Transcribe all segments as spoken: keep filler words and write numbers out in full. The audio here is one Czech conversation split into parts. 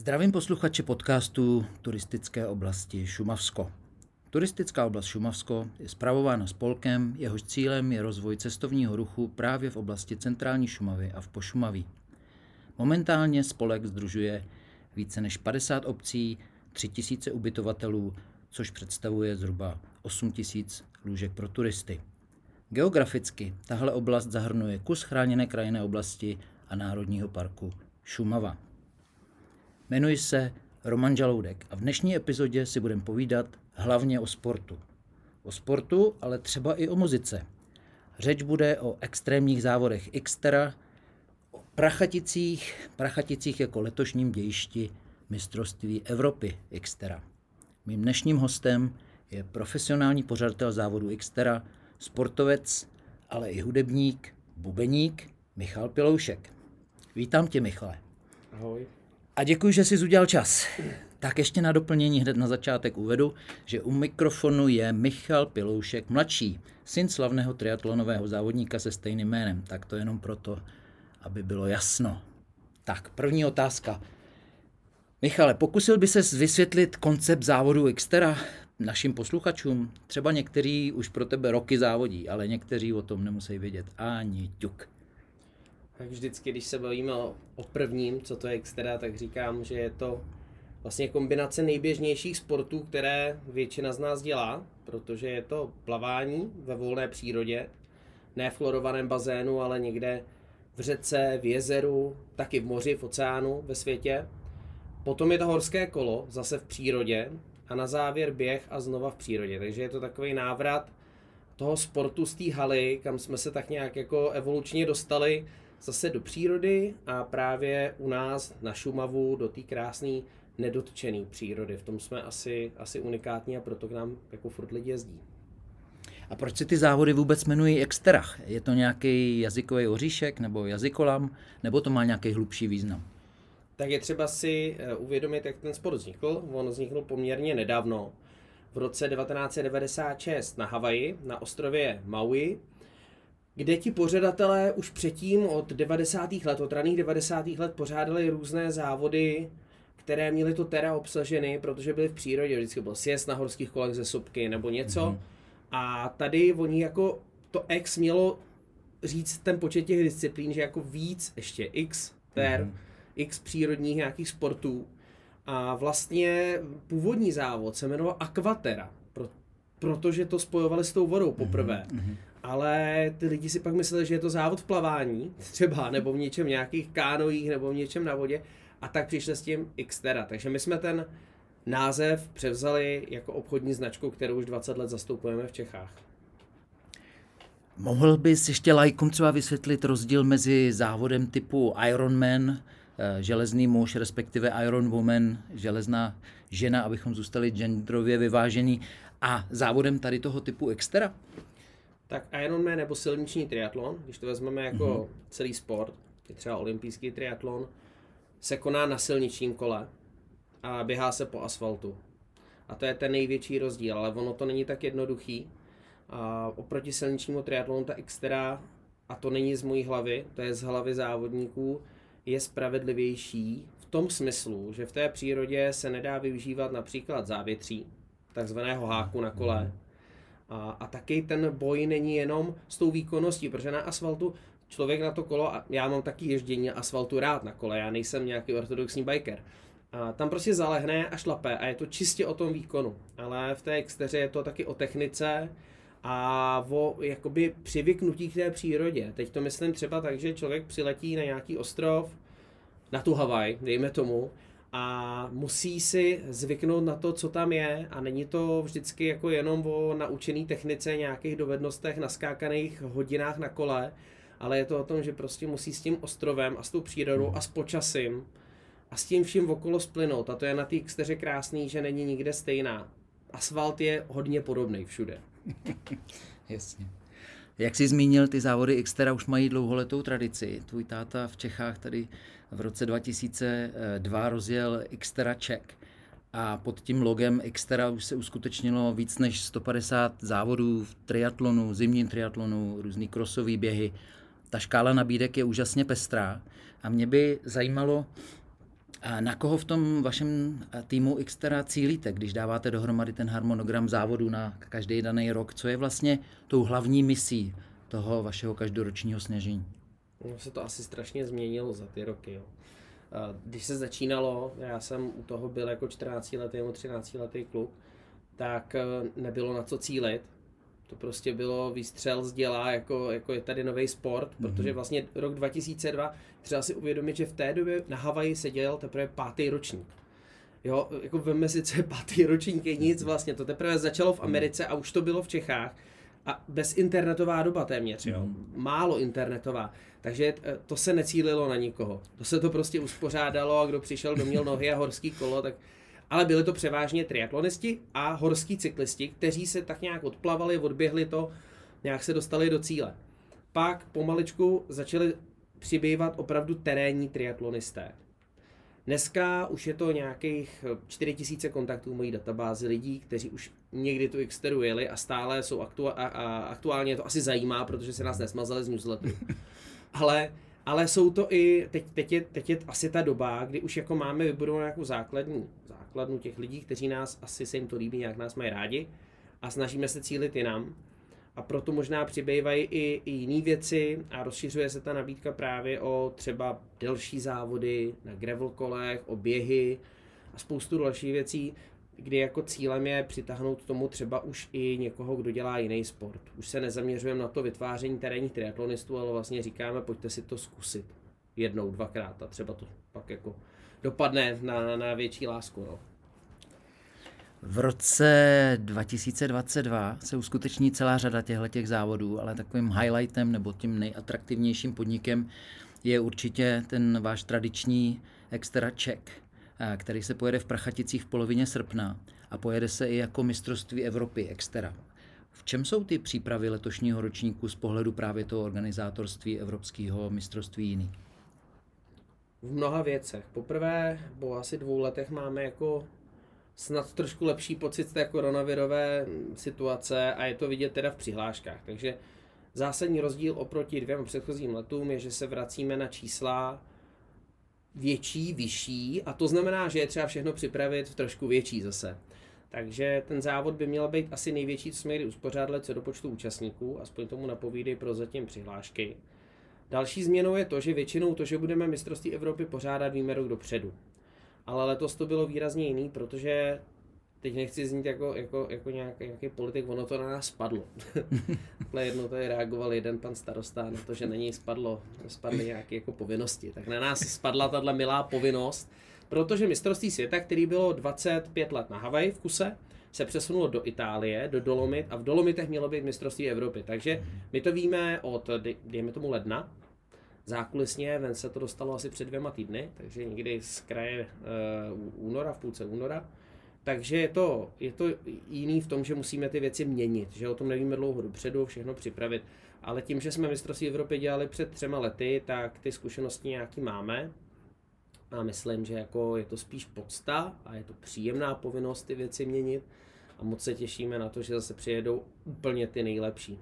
Zdravím posluchače podcastu Turistické oblasti Šumavsko. Turistická oblast Šumavsko je spravována spolkem, jehož cílem je rozvoj cestovního ruchu právě v oblasti centrální Šumavy a v Pošumaví. Momentálně spolek sdružuje více než padesát obcí, tři tisíce ubytovatelů, což představuje zhruba osm tisíc lůžek pro turisty. Geograficky tahle oblast zahrnuje kus chráněné krajinné oblasti a Národního parku Šumava. Jmenuji se Roman Žaloudek a v dnešní epizodě si budeme povídat hlavně o sportu. O sportu, ale třeba i o muzice. Řeč bude o extrémních závodech Xtera, o Prachaticích, Prachaticích jako letošním dějišti mistrovství Evropy Xtera. Mým dnešním hostem je profesionální pořadatel závodu Xtera, sportovec, ale i hudebník, bubeník Michal Piloušek. Vítám tě, Michale. Ahoj. A děkuji, že jsi udělal čas. Tak ještě na doplnění hned na začátek uvedu, že u mikrofonu je Michal Piloušek mladší, syn slavného triatlonového závodníka se stejným jménem. Tak to jenom proto, aby bylo jasno. Tak, první otázka. Michale, pokusil by ses vysvětlit koncept závodu Xtera našim posluchačům? Třeba někteří už pro tebe roky závodí, ale někteří o tom nemusí vědět ani ťuk. Tak vždycky, když se bavíme o, o prvním, co to je Xtera, tak říkám, že je to vlastně kombinace nejběžnějších sportů, které většina z nás dělá, protože je to plavání ve volné přírodě, ne v chlorovaném bazénu, ale někde v řece, v jezeru, taky v moři, v oceánu, ve světě. Potom je to horské kolo, zase v přírodě, a na závěr běh a znova v přírodě. Takže je to takový návrat toho sportu z té haly, kam jsme se tak nějak jako evolučně dostali zase do přírody a právě u nás na Šumavu do té krásné nedotčené přírody. V tom jsme asi, asi unikátní a proto k nám jako furt lidi jezdí. A proč se ty závody vůbec jmenují Xtera? Je to nějaký jazykový oříšek nebo jazykolam, nebo to má nějaký hlubší význam? Tak je třeba si uvědomit, jak ten sport vznikl. On vznikl poměrně nedávno, v roce devatenáct set devadesát šest na Havaji, na ostrově Maui, kde ti pořadatelé už předtím od devadesátých let, od raných devadesátých let pořádali různé závody, které měly to tera obsaženy, protože byly v přírodě. Vždycky byl sjezd na horských kolech ze sopky nebo něco. Mm-hmm. A tady oni jako to X mělo říct ten počet těch disciplín, že jako víc ještě X ter, mm-hmm. X přírodních nějakých sportů. A vlastně původní závod se jmenoval Aquatera, pro, protože to spojovali s tou vodou poprvé. Mm-hmm. Ale ty lidi si pak mysleli, že je to závod v plavání, třeba, nebo v něčem nějakých kánojích, nebo v něčem na vodě, a tak přišli s tím Xtera. Takže my jsme ten název převzali jako obchodní značku, kterou už dvacet let zastupujeme v Čechách. Mohl bys ještě lajkům třeba vysvětlit rozdíl mezi závodem typu Ironman, železný muž, respektive Iron Woman, železná žena, abychom zůstali genderově vyvážený, a závodem tady toho typu Xtera? Tak Ironman nebo silniční triatlon, když to vezmeme jako mm-hmm. celý sport, je třeba olympijský triatlon, se koná na silničním kole a běhá se po asfaltu. A to je ten největší rozdíl, ale ono to není tak jednoduchý. A oproti silničnímu triatlonu ta Xtera, a to není z mojí hlavy, to je z hlavy závodníků, je spravedlivější v tom smyslu, že v té přírodě se nedá využívat například závětří, takzvaného háku na kole. A, a taky ten boj není jenom s tou výkonností, protože na asfaltu člověk na to kolo, a já mám taky ježdění na asfaltu rád na kole, já nejsem nějaký ortodoxní biker, a tam prostě zalehne a šlape a je to čistě o tom výkonu, ale v té Xteře je to taky o technice a o jakoby přivyknutí k té přírodě. Teď to myslím třeba tak, že člověk přiletí na nějaký ostrov, na tu Havaj, dejme tomu, a musí si zvyknout na to, co tam je, a není to vždycky jako jenom o naučený technice, nějakých dovednostech, naskákaných hodinách na kole, ale je to o tom, že prostě musí s tím ostrovem a s tou přírodou a s počasím a s tím vším okolo splynout. A to je na té Xteře krásný, že není nikde stejná. Asfalt je hodně podobný všude. Jasně. Jak jsi zmínil, ty závody Xtera už mají dlouholetou tradici. Tvůj táta v Čechách tady v roce dva tisíce dva rozjel Xtera Czech a pod tím logem Xtera už se uskutečnilo víc než sto padesát závodů v triatlonu, zimním triatlonu, různý krosový běhy. Ta škála nabídek je úžasně pestrá a mě by zajímalo, A na koho v tom vašem týmu Xtera cílíte, když dáváte dohromady ten harmonogram závodů na každý daný rok? Co je vlastně tou hlavní misí toho vašeho každoročního snažení? No, se to asi strašně změnilo za ty roky. Jo. Když se začínalo, já jsem u toho byl jako čtrnáctiletý nebo třináctiletý kluk, tak nebylo na co cílit. To prostě bylo výstřel z děla, jako, jako je tady nový sport, mm-hmm. protože vlastně rok dva tisíce dva, třeba si uvědomit, že v té době na Havaji se dělal teprve pátý ročník. Jo, jako veme si, co je pátý ročník, je nic vlastně, to teprve začalo v Americe a už to bylo v Čechách. A bezinternetová doba téměř, jo, mm. málo internetová, takže to se necílilo na nikoho. To se to prostě uspořádalo a kdo přišel, kdo měl nohy a horský kolo, tak... Ale byli to převážně triatlonisti a horský cyklisti, kteří se tak nějak odplavali, odběhli to, nějak se dostali do cíle. Pak pomaličku začali přibývat opravdu terénní triatlonisté. Dneska už je to nějakých čtyři tisíce kontaktů v mojí databázi lidí, kteří už někdy tu Xteru jeli a stále jsou aktua- a, a aktuálně to asi zajímá, protože se nás nesmazali z newsletteru. Ale, ale jsou to i, teď, teď, je, teď je asi ta doba, kdy už jako máme vybudovat nějakou základní základnu těch lidí, kteří nás, asi se jim to líbí, nějak nás mají rádi a snažíme se cílit jinam. A proto možná přibývají i, i jiné věci a rozšiřuje se ta nabídka právě o třeba delší závody na gravel kolech, o běhy a spoustu dalších věcí, kdy jako cílem je přitáhnout k tomu třeba už i někoho, kdo dělá jiný sport. Už se nezaměřujeme na to vytváření terénních triatlonistů, ale vlastně říkáme, pojďte si to zkusit jednou, dvakrát a třeba to pak jako dopadne na, na větší lásku. No. V roce dva tisíce dvacet dva se uskuteční celá řada těchto závodů, ale takovým highlightem nebo tím nejatraktivnějším podnikem je určitě ten váš tradiční Xtera Czech, který se pojede v Prachaticích v polovině srpna a pojede se i jako mistrovství Evropy Xtera. V čem jsou ty přípravy letošního ročníku z pohledu právě toho organizátorství evropského mistrovství jiný? V mnoha věcech. Poprvé po asi dvou letech máme jako snad trošku lepší pocit z té koronavirové situace a je to vidět teda v přihláškách. Takže zásadní rozdíl oproti dvěma předchozím letům je, že se vracíme na čísla větší, vyšší a to znamená, že je třeba všechno připravit v trošku větší zase. Takže ten závod by měl být asi největší, co jsme kdy uspořádali co do počtu účastníků, aspoň tomu napovídají prozatím přihlášky. Další změnou je to, že většinou to, že budeme mistrovství Evropy pořádat, víme rok dopředu. Ale letos to bylo výrazně jiný, protože teď nechci znít jako, jako, jako nějaký, nějaký politik, ono to na nás spadlo. Takhle jednou tady reagoval jeden pan starosta na to, že na něj spadlo, spadly nějaké jako povinnosti. Tak na nás spadla tahle milá povinnost, protože mistrovství světa, který bylo dvacet pět let na Havaji v kuse, se přesunulo do Itálie, do Dolomit a v Dolomitech mělo být mistrovství Evropy. Takže my to víme od, dejme tomu ledna, zákulisně, ven se to dostalo asi před dvěma týdny, takže někdy z kraje uh, února, v půlce února. Takže je to, je to jiný v tom, že musíme ty věci měnit, že o tom nevíme dlouho dopředu, všechno připravit. Ale tím, že jsme mistrovství Evropy dělali před třema lety, tak ty zkušenosti nějaký máme. A myslím, že jako je to spíš podsta a je to příjemná povinnost ty věci měnit. A moc se těšíme na to, že zase přijedou úplně ty nejlepší.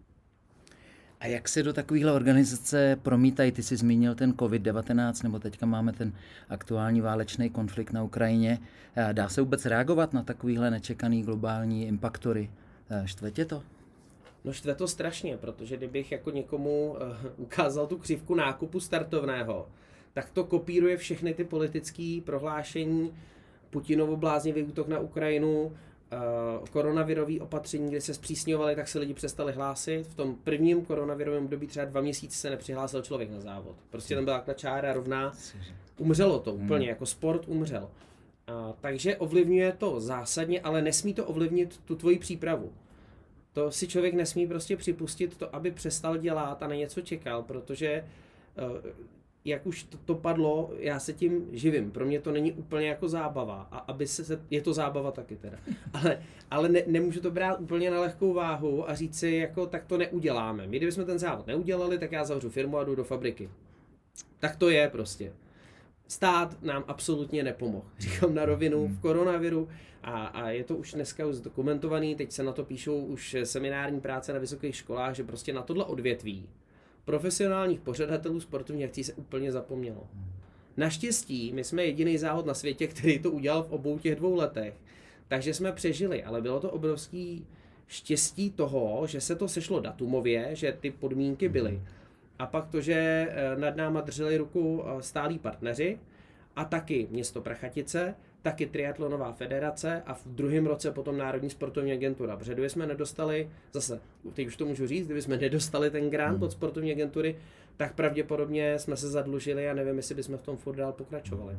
A jak se do takovéhle organizace promítají? Ty jsi zmínil ten covid devatenáct, nebo teďka máme ten aktuální válečný konflikt na Ukrajině. Dá se vůbec reagovat na takovéhle nečekaný globální impaktory? Štve tě to? No štve to strašně, protože kdybych jako někomu uh, ukázal tu křivku nákupu startovného, tak to kopíruje všechny ty politické prohlášení, Putinovo bláznivý útok na Ukrajinu, Uh, koronavirový opatření, kde se zpřísňovaly, tak se lidi přestali hlásit. V tom prvním koronavirovém období třeba dva měsíce se nepřihlásil člověk na závod. Prostě tam byla taková čára rovná. Umřelo to úplně, jako sport umřel. Uh, takže ovlivňuje to zásadně, ale nesmí to ovlivnit tu tvoji přípravu. To si člověk nesmí prostě připustit to, aby přestal dělat a na něco čekal, protože uh, jak už to, to padlo, já se tím živím. Pro mě to není úplně jako zábava. A aby se, se je to zábava taky teda. Ale, ale ne, nemůžu to brát úplně na lehkou váhu a říct si, jako tak to neuděláme. My kdybychom ten závod neudělali, tak já zavřu firmu a jdu do fabriky. Tak to je prostě. Stát nám absolutně nepomohl. Říkám na rovinu v koronaviru a, a je to už dneska už zdokumentovaný, teď se na to píšou už seminární práce na vysokých školách, že prostě na tohle odvětví profesionálních pořadatelů sportovních akcí se úplně zapomnělo. Naštěstí, my jsme jediný závod na světě, který to udělal v obou těch dvou letech. Takže jsme přežili, ale bylo to obrovský štěstí toho, že se to sešlo datumově, že ty podmínky byly. A pak to, že nad náma drželi ruku stálí partneři a taky město Prachatice, taky triatlonová federace a v druhém roce potom Národní sportovní agentura. Protože kdyby jsme nedostali, zase, teď už to můžu říct, kdyby jsme nedostali ten grant od sportovní agentury, tak pravděpodobně jsme se zadlužili a nevím, jestli bychom v tom furt dál pokračovali.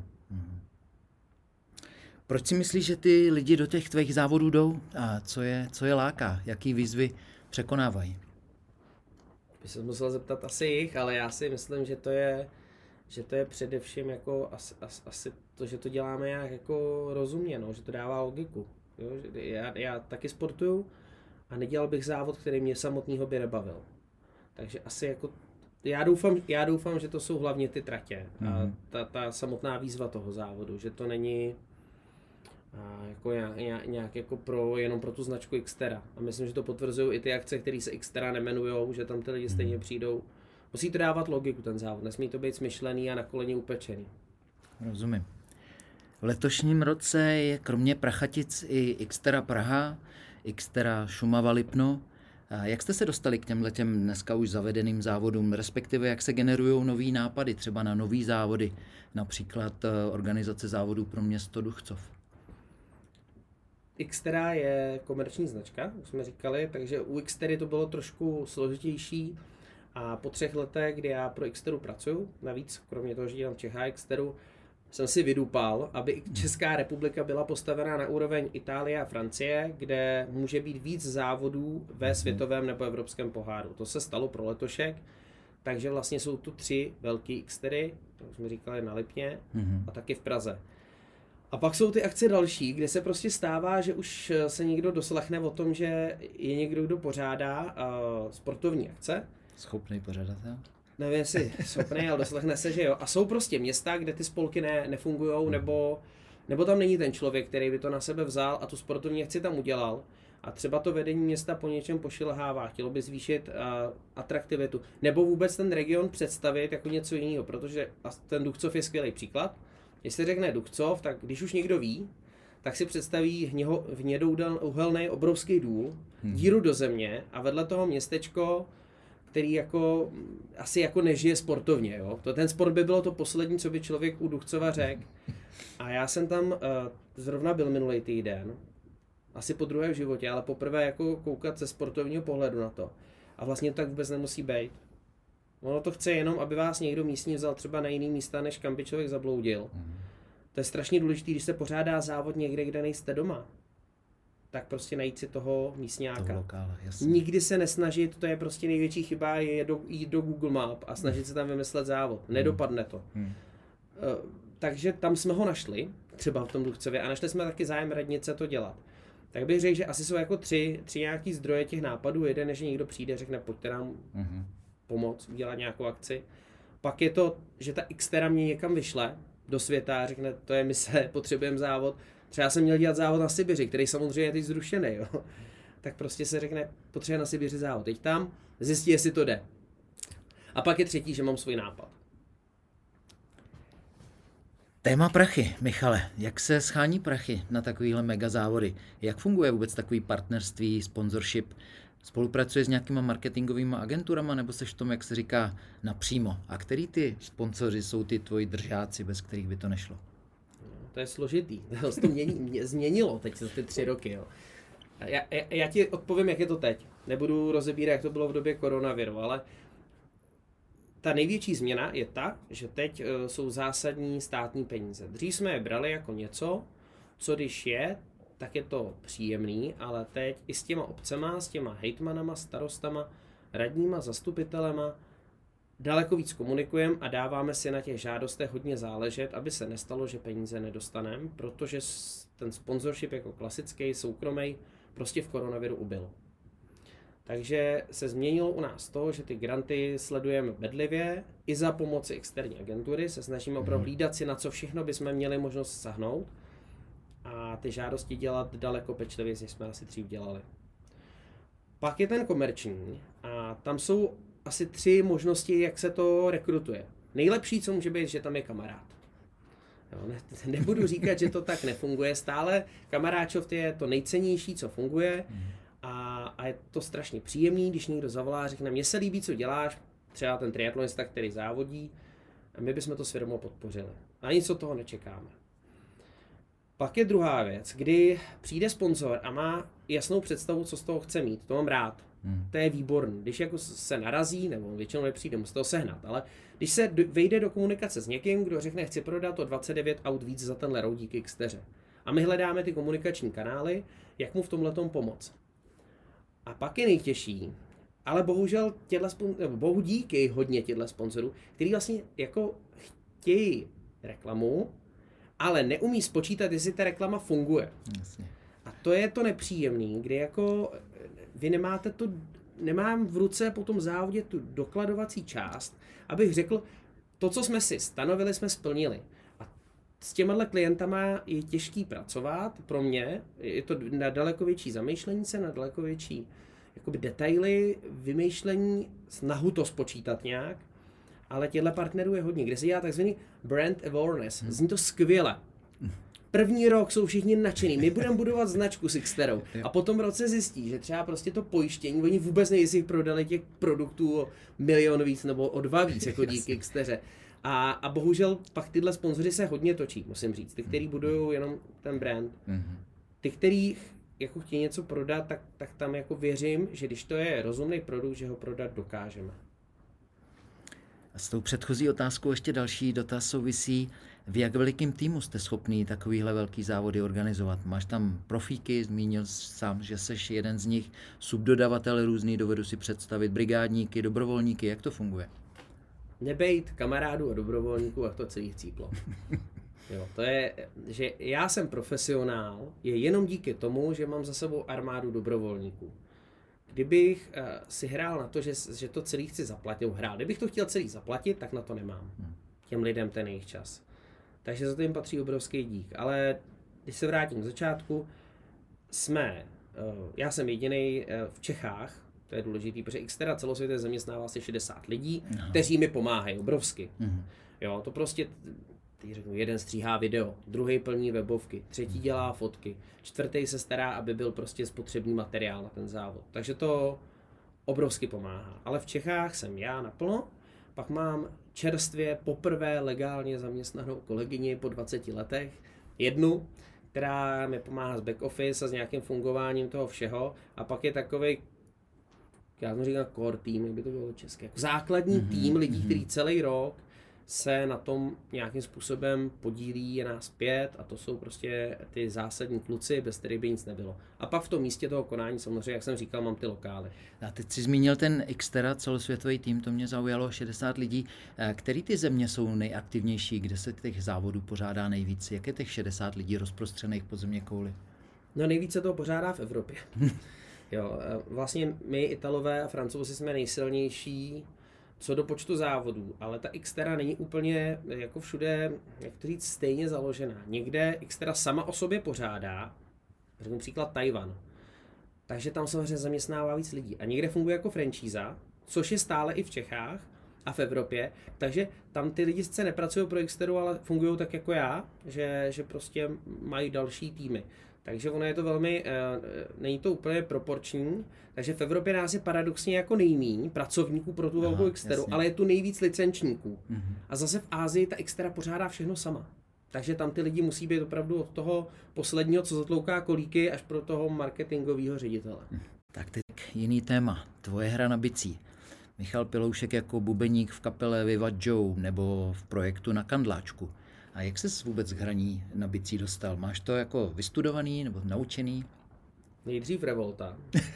Proč si myslíš, že ty lidi do těch tvých závodů jdou? A co je, co je láká? Jaký výzvy překonávají? Bych se musel zeptat asi jich, ale já si myslím, že to je, že to je především jako asi, asi, asi to, že to děláme nějak jako rozumně, no, že to dává logiku. Jo? Já, já taky sportuju a nedělal bych závod, který mě samotného by nebavil. Takže asi jako Já doufám, já doufám, že to jsou hlavně ty tratě a ta, ta samotná výzva toho závodu, že to není a jako nějak, nějak jako pro, jenom pro tu značku Xterra. A myslím, že to potvrzují i ty akce, které se Xterra nemenujou, že tam ty lidi stejně přijdou. Musí to dávat logiku ten závod, nesmí to být smyšlený a na koleni upečený. Rozumím. V letošním roce je kromě Prachatic i Xterra Praha, Xterra Šumava Lipno. Jak jste se dostali k těmhle těm dneska už zavedeným závodům, respektive jak se generují nový nápady, třeba na nový závody, například organizace závodů pro město Duchcov? Xterra je komerční značka, už jsme říkali, takže u Xterry to bylo trošku složitější a po třech letech, kdy já pro Xterru pracuju, navíc kromě toho, že dělám v Čechách Xterru, jsem si vydupal, aby Česká republika byla postavená na úroveň Itálie a Francie, kde může být víc závodů ve světovém nebo evropském poháru. To se stalo pro letošek, takže vlastně jsou tu tři velké Xterry, jak jsme říkali na Lipně a taky v Praze. A pak jsou ty akce další, kde se prostě stává, že už se někdo doslechne o tom, že je někdo, kdo pořádá uh, sportovní akce. Schopný pořadatel? Nevím, jestli schopný, ale doslechne se, že jo. A jsou prostě města, kde ty spolky ne, nefungujou, nebo, nebo tam není ten člověk, který by to na sebe vzal a tu sportovní akci tam udělal. A třeba to vedení města po něčem pošilhává, chtělo by zvýšit uh, atraktivitu. Nebo vůbec ten region představit jako něco jiného, protože ten Duchcov je skvělý příklad. Jestli řekne Duchcov, tak když už někdo ví, tak si představí hněho, hnědouhelný obrovský důl, hmm. díru do země a vedle toho městečko, který jako asi jako nežije sportovně. Jo? To, ten sport by bylo to poslední, co by člověk u Duchcova řekl. A já jsem tam uh, zrovna byl minulý týden, asi po druhé v životě, ale poprvé jako koukat ze sportovního pohledu na to. A vlastně to tak vůbec nemusí být. Ono to chce jenom, aby vás někdo místní vzal třeba na jiný místa, než kam by člověk zabloudil. Mm. To je strašně důležité, když se pořádá závod někde, kde nejste doma. Tak prostě najít si toho místňáka. Toho lokála, jasně. Nikdy se nesnažit, to je prostě největší chyba, je do, jít do Google Map a snažit se tam vymyslet závod. Mm. Nedopadne to. Mm. Uh, takže tam jsme ho našli, třeba v tom Duchcově, a našli jsme taky zájem radnice to dělat. Tak bych řekl, že asi jsou jako tři, tři nějaký zdroje těch nápadů. Jeden je, že někdo přijde, řekne, pojďte nám mm. pomoct, udělat nějakou akci. Pak je to, že ta Xterra mě někam vyšle do světa a řekne, to je mise, potřebujeme závod. Třeba jsem měl dělat závod na Sibiři, který samozřejmě je teď zrušený, jo. Tak prostě se řekne, potřebujeme na Sibiři závod. Teď tam, zjistí, jestli to jde. A pak je třetí, že mám svůj nápad. Téma prachy, Michale, jak se schání prachy na takovýhle mega závody? Jak funguje vůbec takový partnerství, sponsorship? Spolupracuje s nějakýma marketingovými agenturama, nebo seš v tom, jak se říká, napřímo? A který ty sponzoři jsou ty tvoji držáci, bez kterých by to nešlo? To je složitý. To to mění, mě změnilo teď za ty tři roky. Jo. Já, já, já ti odpovím, jak je to teď. Nebudu rozebírat, jak to bylo v době koronaviru, ale ta největší změna je ta, že teď uh, jsou zásadní státní peníze. Dřív jsme je brali jako něco, co když je, tak je to příjemný, ale teď i s těma obcema, s těma hejtmanama, starostama, radníma, zastupitelema daleko víc komunikujeme a dáváme si na těch žádostech hodně záležet, aby se nestalo, že peníze nedostaneme, protože ten sponsorship jako klasický, soukromý, prostě v koronaviru ubyl. Takže se změnilo u nás to, že ty granty sledujeme bedlivě, i za pomoci externí agentury se snažíme opravdu hlídat si, na co všechno bychom měli možnost sahnout a ty žádosti dělat daleko pečlivěji, než jsme asi dřív dělali. Pak je ten komerční a tam jsou asi tři možnosti, jak se to rekrutuje. Nejlepší, co může být, že tam je kamarád. Jo, ne, nebudu říkat, že to tak nefunguje. Stále kamaráčov je to nejcennější, co funguje a, a je to strašně příjemný, když někdo zavolá a řekne, mně se líbí, co děláš, třeba ten triatlonista, který závodí, a my bychom to s firmou podpořili. A nic od toho nečekáme. Pak je druhá věc, kdy přijde sponzor a má jasnou představu, co z toho chce mít. To mám rád. Hmm. To je výborný. Když jako se narazí, nebo většinou nepřijde, musí toho sehnat, ale když se vejde do komunikace s někým, kdo řekne, chci prodat o dvacet devět aut víc za tenhle roudík X teře. A my hledáme ty komunikační kanály, jak mu v tomhletom pomoct. A pak je nejtěžší, ale bohužel těhle spon- bohu díky hodně těchto sponzorů, který vlastně jako chtějí reklamu, ale neumí spočítat, jestli ta reklama funguje. Jasně. A to je to nepříjemný, kdy jako vy nemáte tu, nemám v ruce po tom závodě tu dokladovací část, abych řekl, to, co jsme si stanovili, jsme splnili. A s těma klientama je těžký pracovat, pro mě je to na daleko větší zamýšlení se, na daleko větší jakoby detaily, vymýšlení, snahu to spočítat nějak, ale těchto partnerů je hodně, kde se dělá takzvaný brand awareness. Zní to skvěle. První rok jsou všichni nadšený, my budeme budovat značku s Xterou a potom roce zjistí, že třeba prostě to pojištění, oni vůbec neví, jestli prodali těch produktů o milion víc nebo o dva víc, jako díky Xteře. A, a bohužel pak tyhle sponzoři se hodně točí, musím říct. Ty, kteří budují jenom ten brand. Ty, kteří jako chtějí něco prodat, tak, tak tam jako věřím, že když to je rozumný produkt, že ho prodat dokážeme. A s tou předchozí otázkou ještě další dotaz souvisí. V jak velikým týmu jste schopný takovýhle velký závody organizovat? Máš tam profíky, zmínil sám, že seš jeden z nich, subdodavatel různý, dovedu si představit brigádníky, dobrovolníky, jak to funguje? Nebejt kamarádů a dobrovolníků, a to celý chcíplo. Jo, to je, že já jsem profesionál, je jenom díky tomu, že mám za sebou armádu dobrovolníků. Kdybych uh, si hrál na to, že, že to celý chci zaplatit, hrál, kdybych to chtěl celý zaplatit, tak na to nemám. Těm lidem ten jejich čas. Takže za to jim patří obrovský dík. Ale když se vrátím k začátku, jsme, uh, já jsem jediný uh, v Čechách, to je důležitý, protože Xtera celosvětově zaměstnává asi šedesát lidí, Aha. kteří mi pomáhají obrovsky. Mhm. Jo, to prostě, teď řeknu, jeden stříhá video, druhý plní webovky, třetí dělá fotky, čtvrtý se stará, aby byl prostě spotřební materiál na ten závod. Takže to obrovsky pomáhá. Ale v Čechách jsem já naplno, pak mám čerstvě poprvé legálně zaměstnanou kolegyni po dvaceti letech, jednu, která mi pomáhá z back office a s nějakým fungováním toho všeho, a pak je takovej, já tomu říkám core tým, jak by to bylo české, jako základní mm-hmm, tým lidí, mm-hmm. který celý rok se na tom nějakým způsobem podílí, je nás pět, a to jsou prostě ty zásadní kluci, bez kterých by nic nebylo. A pak v tom místě toho konání samozřejmě, jak jsem říkal, mám ty lokály. A teď jsi zmínil ten Xtera, celosvětový tým, to mě zaujalo, šedesát lidí. Který ty země jsou nejaktivnější, kde se těch závodů pořádá nejvíc? Jak je těch šedesát lidí rozprostřených po země kouli? No nejvíce toho pořádá v Evropě. Jo, vlastně my Italové a Francouzi jsme nejsilnější co do počtu závodů, ale ta Xtera není úplně jako všude, jak to říct, stejně založená. Někde Xtera sama o sobě pořádá, řeknu příklad Tajvan, takže tam samozřejmě zaměstnává víc lidí. A někde funguje jako franšíza, což je stále i v Čechách a v Evropě, takže tam ty lidi sice nepracují pro Xteru, ale fungují tak jako já, že, že prostě mají další týmy. Takže ono je to velmi, není to úplně proporční, takže v Evropě nás je paradoxně jako nejmíň pracovníků pro tu Aha, velkou Xteru, jasně. ale je tu nejvíc licenčníků. Mm-hmm. A zase v Asii ta Xtera pořádá všechno sama. Takže tam ty lidi musí být opravdu od toho posledního, co zatlouká kolíky, až pro toho marketingového ředitele. Tak teď jiný téma, tvoje hra na bicí. Michal Piloušek jako bubeník v kapele Viva Joe nebo v projektu Na Kandláčku. A jak ses vůbec k hraní na bicí dostal? Máš to jako vystudovaný nebo naučený? Nejdřív revolta.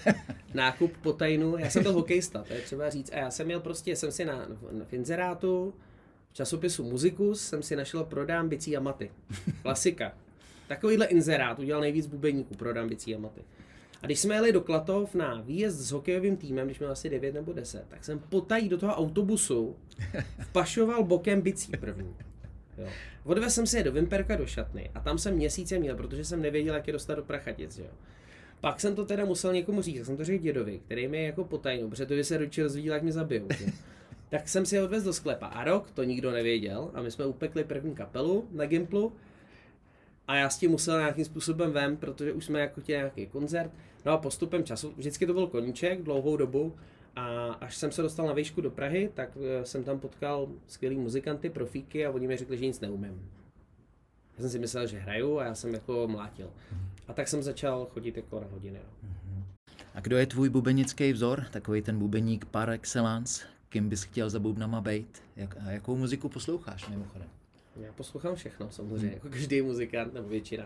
Nákup potajnu. Já jsem byl hokejista, to je třeba říct. A já jsem měl prostě, jsem si na, na v inzerátu, v časopisu Muzikus, jsem si našel prodám bicí a maty. Klasika. Takovýhle inzerát udělal nejvíc bubeníků, prodám bicí a maty. A když jsme jeli do Klatov na výjezd s hokejovým týmem, když měl asi devět nebo deset, tak jsem potají do toho autobusu vpašoval bokem bicí první. Jo. Odvez jsem si je do Vimperka do šatny a tam jsem měsíce měl, protože jsem nevěděl, jak je dostat do Prachatic. Jo. Pak jsem to teda musel někomu říct, tak jsem to řekl dědovi, který mi je jako potajnou, protože to by se rodiče rozvíděl, jak mě zabijou. Jo. Tak jsem si ho odvez do sklepa a rok to nikdo nevěděl a my jsme upekli první kapelu na Gimplu a já s tím musel nějakým způsobem ven, protože už jsme jako chtěli nějaký koncert. No a postupem času, vždycky to byl koníček dlouhou dobu a až jsem se dostal na výšku do Prahy, tak jsem tam potkal skvělý muzikanty, profíky a oni mi řekli, že nic neumím. Já jsem si myslel, že hraju a já jsem jako mlátil. A tak jsem začal chodit jako na hodiny. No. A kdo je tvůj bubenický vzor? Takový ten bubeník par excellence? Kým bys chtěl za bubnama bejt? Jak, a jakou muziku posloucháš mimochodem? Já poslouchám všechno samozřejmě, hmm. jako každý muzikant nebo většina.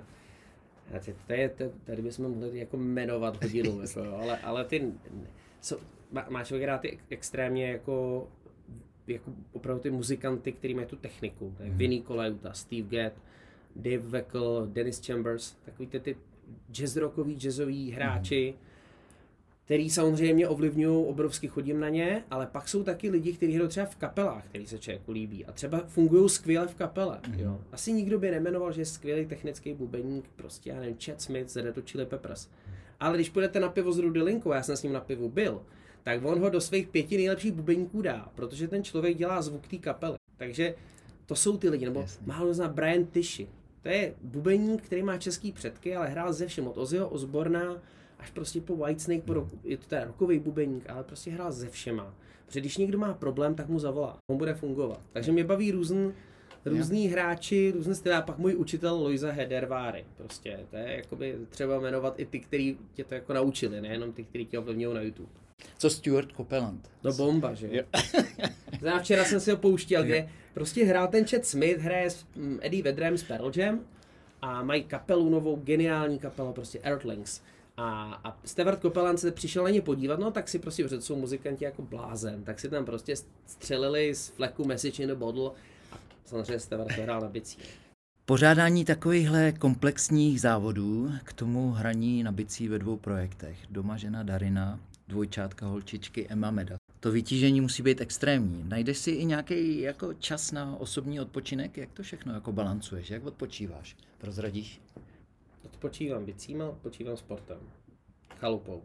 Tady, tady, tady bychom mohli jako jmenovat hodinu, jako, ale, ale ty, so, má, má člověk rád ty extrémně jako, jako opravdu ty muzikanty, který mají tu techniku. Hmm. Vinnie Colaiuta, Steve Gadd, Dave Weckl, Dennis Chambers, takový ty, ty jazz rockový, jazzový hráči, hmm. který samozřejmě ovlivňují, obrovsky chodím na ně, ale pak jsou taky lidi, kteří hrajou třeba v kapelách, který se člověku líbí a třeba fungují skvěle v kapele. Mm-hmm. Jo. Asi nikdo by nemenoval, že je skvělý technický bubeník, prostě já nevím, Chad Smith z Red Hot Chili Peppers. Ale když půjdete na pivo s Rudy Linkou, já jsem s ním na pivu byl, tak on ho do svých pěti nejlepších bubeníků dá, protože ten člověk dělá zvuk té kapely. Takže to jsou ty lidi, nebo Jasně. málo zná Brian Tishy. To je bubeník, který má český předky, ale hrál ze všem, od Ozzyho Osborna až prostě po Whitesnake, po roku, je to teda rockový bubeník, ale prostě hrál ze všema. Protože když někdo má problém, tak mu zavolá, on bude fungovat. Takže mě baví různ, různý yeah. hráči, různé styly, a pak můj učitel Loisa Hederváry. Prostě to je jakoby třeba jmenovat i ty, kteří tě to jako naučili, nejenom ty, kteří tě ovlivňují na YouTube. Co Stuart Copeland? No bomba, že jo. Yeah. Včera jsem si ho pouštěl, kde prostě hrál ten Chad Smith, hraje s Eddie Vedrem z Pearl Jam a mají kapelu novou, geniální kapela, prostě Earthlings. A, a Stuart Copeland se přišel na ně podívat, no tak si prostě, protože jsou muzikanti jako blázen, tak si tam prostě střelili z fleku Message in the Bottle a samozřejmě Stuart to hrál na bicí. Pořádání takovýchhle komplexních závodů, k tomu hraní na bicí ve dvou projektech. Doma žena Darina, dvojčátka holčičky Emma Meda. To vytížení musí být extrémní. Najdeš si i nějaký jako čas na osobní odpočinek? Jak to všechno jako balancuješ? Jak odpočíváš? Prozradíš? Odpočívám bicíma, odpočívám sportem, chalupou.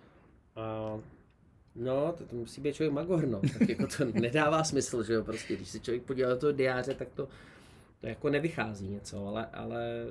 A no, to, to musí být člověk magor, no. Tak jako to nedává smysl, že jo, prostě, když se člověk podívá do toho diáře, tak to, to jako nevychází něco, ale, ale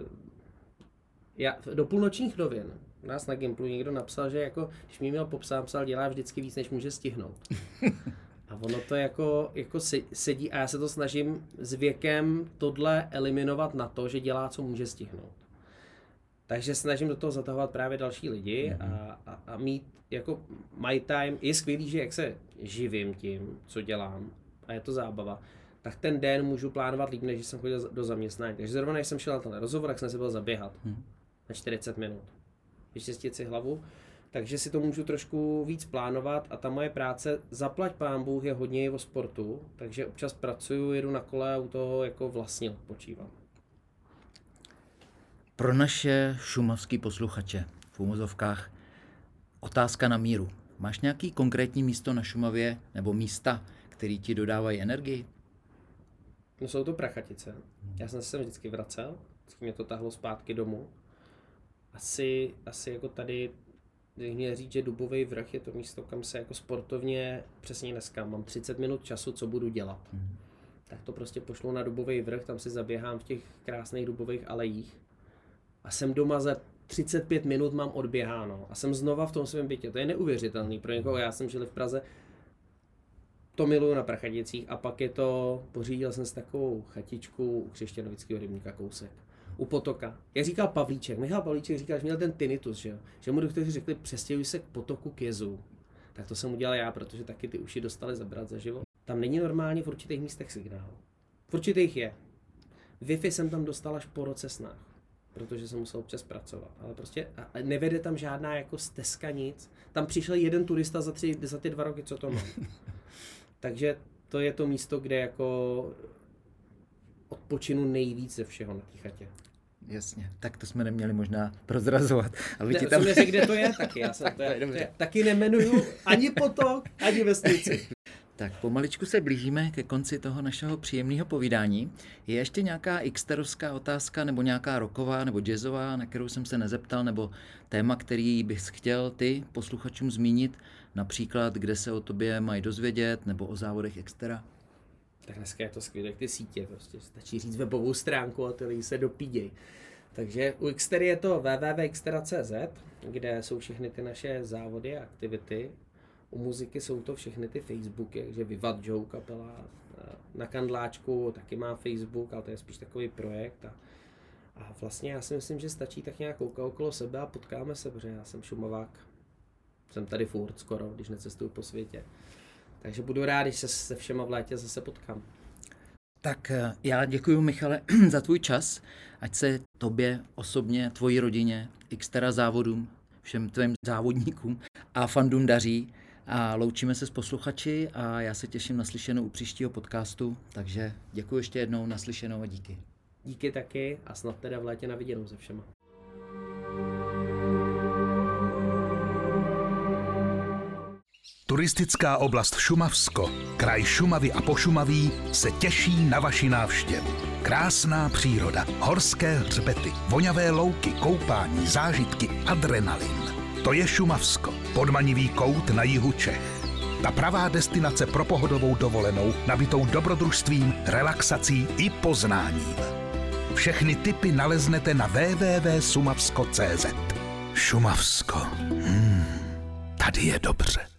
já, do půlnočních novin u nás na Gimplu někdo napsal, že jako, když mi měl popsat, psal, dělá vždycky víc, než může stihnout. A ono to jako, jako sedí a já se to snažím s věkem tohle eliminovat na to, že dělá, co může stihnout. Takže snažím do toho zatahovat právě další lidi mm-hmm. a, a, a mít jako my time. Je skvělý, že jak se živím tím, co dělám a je to zábava, tak ten den můžu plánovat líp, než jsem chodil do zaměstnání. Takže zrovna, než jsem šel na ten rozhovor, tak jsem se byl zaběhat mm. na čtyřicet minut. Vyčistit si hlavu. Takže si to můžu trošku víc plánovat a ta moje práce, zaplať pán Bůh, je hodně o sportu, takže občas pracuju, jedu na kole a u toho jako vlastně odpočívám. Pro naše šumavský posluchače v úvozovkách otázka na míru. Máš nějaký konkrétní místo na Šumavě nebo místa, které ti dodávají energii? No jsou to Prachatice. Já jsem se sem vždycky vracel, vždycky mě to tahlo zpátky domů. Asi, asi jako tady, bych měl říct, že Dubový vrch je to místo, kam se jako sportovně, přesně dneska, mám třicet minut času, co budu dělat. Hmm. Tak to prostě pošlu na Dubový vrch, tam si zaběhám v těch krásných dubových alejích. A jsem doma za třicet pět minut, mám odběháno. A jsem znova v tom svém bytě. To je neuvěřitelný. Pro někoho, já jsem žil v Praze, to miluju na Prachaticích. A pak je to, pořídil jsem si takovou chatičku u Křešťanovického rybníka kousek. U potoka. Jak říkal Pavlíček, Michal Pavlíček říkal, že měl ten tinnitus, že, že mu doktoři řekli, přestěhuj se k potoku k jezu. Tak to jsem udělal já, protože taky ty uši dostali zabrat za život. Tam není normálně v určitých místech signál. V určitých je. Wi-Fi jsem tam dostal až po roce snah, protože jsem musel občas pracovat, ale prostě nevede tam žádná jako stezka, nic. Tam přišel jeden turista za, tři, za ty dva roky, co to mám. Takže to je to místo, kde jako odpočinu nejvíc ze všeho na té chatě. Jasně, tak to jsme neměli možná prozrazovat. Aby ne, ti tam... neřek, kde to je taky, já jsem to, je, to je, taky nemenuju ani potok, ani vesnici. Tak pomaličku se blížíme ke konci toho našeho příjemného povídání. Je ještě nějaká xterovská otázka nebo nějaká rocková nebo jazzová, na kterou jsem se nezeptal, nebo téma, který bys chtěl ty posluchačům zmínit, například kde se o tobě mají dozvědět nebo o závodech Xtera? Tak dneska je to skvělé, jak ty sítě, prostě stačí říct webovou stránku a ty lidi se dopídějí. Takže u Xtery je to w w w tečka xtera tečka c z, kde jsou všechny ty naše závody a aktivity. U muziky jsou to všechny ty Facebooky, takže Vivat Joe kapela na Kandláčku taky má Facebook, ale to je spíš takový projekt. A, a vlastně já si myslím, že stačí tak nějak koukat okolo sebe a potkáme se, protože já jsem Šumavák. Jsem tady furt skoro, když necestuju po světě. Takže budu rád, když se se všema v létě zase potkám. Tak já děkuji, Michale, za tvůj čas. Ať se tobě osobně, tvojí rodině, Xtera závodům, všem tvým závodníkům a fandům daří. A loučíme se s posluchači a já se těším na slyšenou u příštího podcastu. Takže děkuji ještě jednou, naslyšenou a díky. Díky taky a snad teda v létě na viděnou se všema. Turistická oblast Šumavsko, kraj Šumavy a Pošumaví se těší na vaši návštěvu. Krásná příroda, horské hřbety, voňavé louky, koupání, zážitky, adrenalin. To je Šumavsko, podmanivý kout na jihu Čech. Ta pravá destinace pro pohodovou dovolenou, nabitou dobrodružstvím, relaxací i poznáním. Všechny tipy naleznete na w w w tečka sumavsko tečka c z. Šumavsko. Hmm, tady je dobře.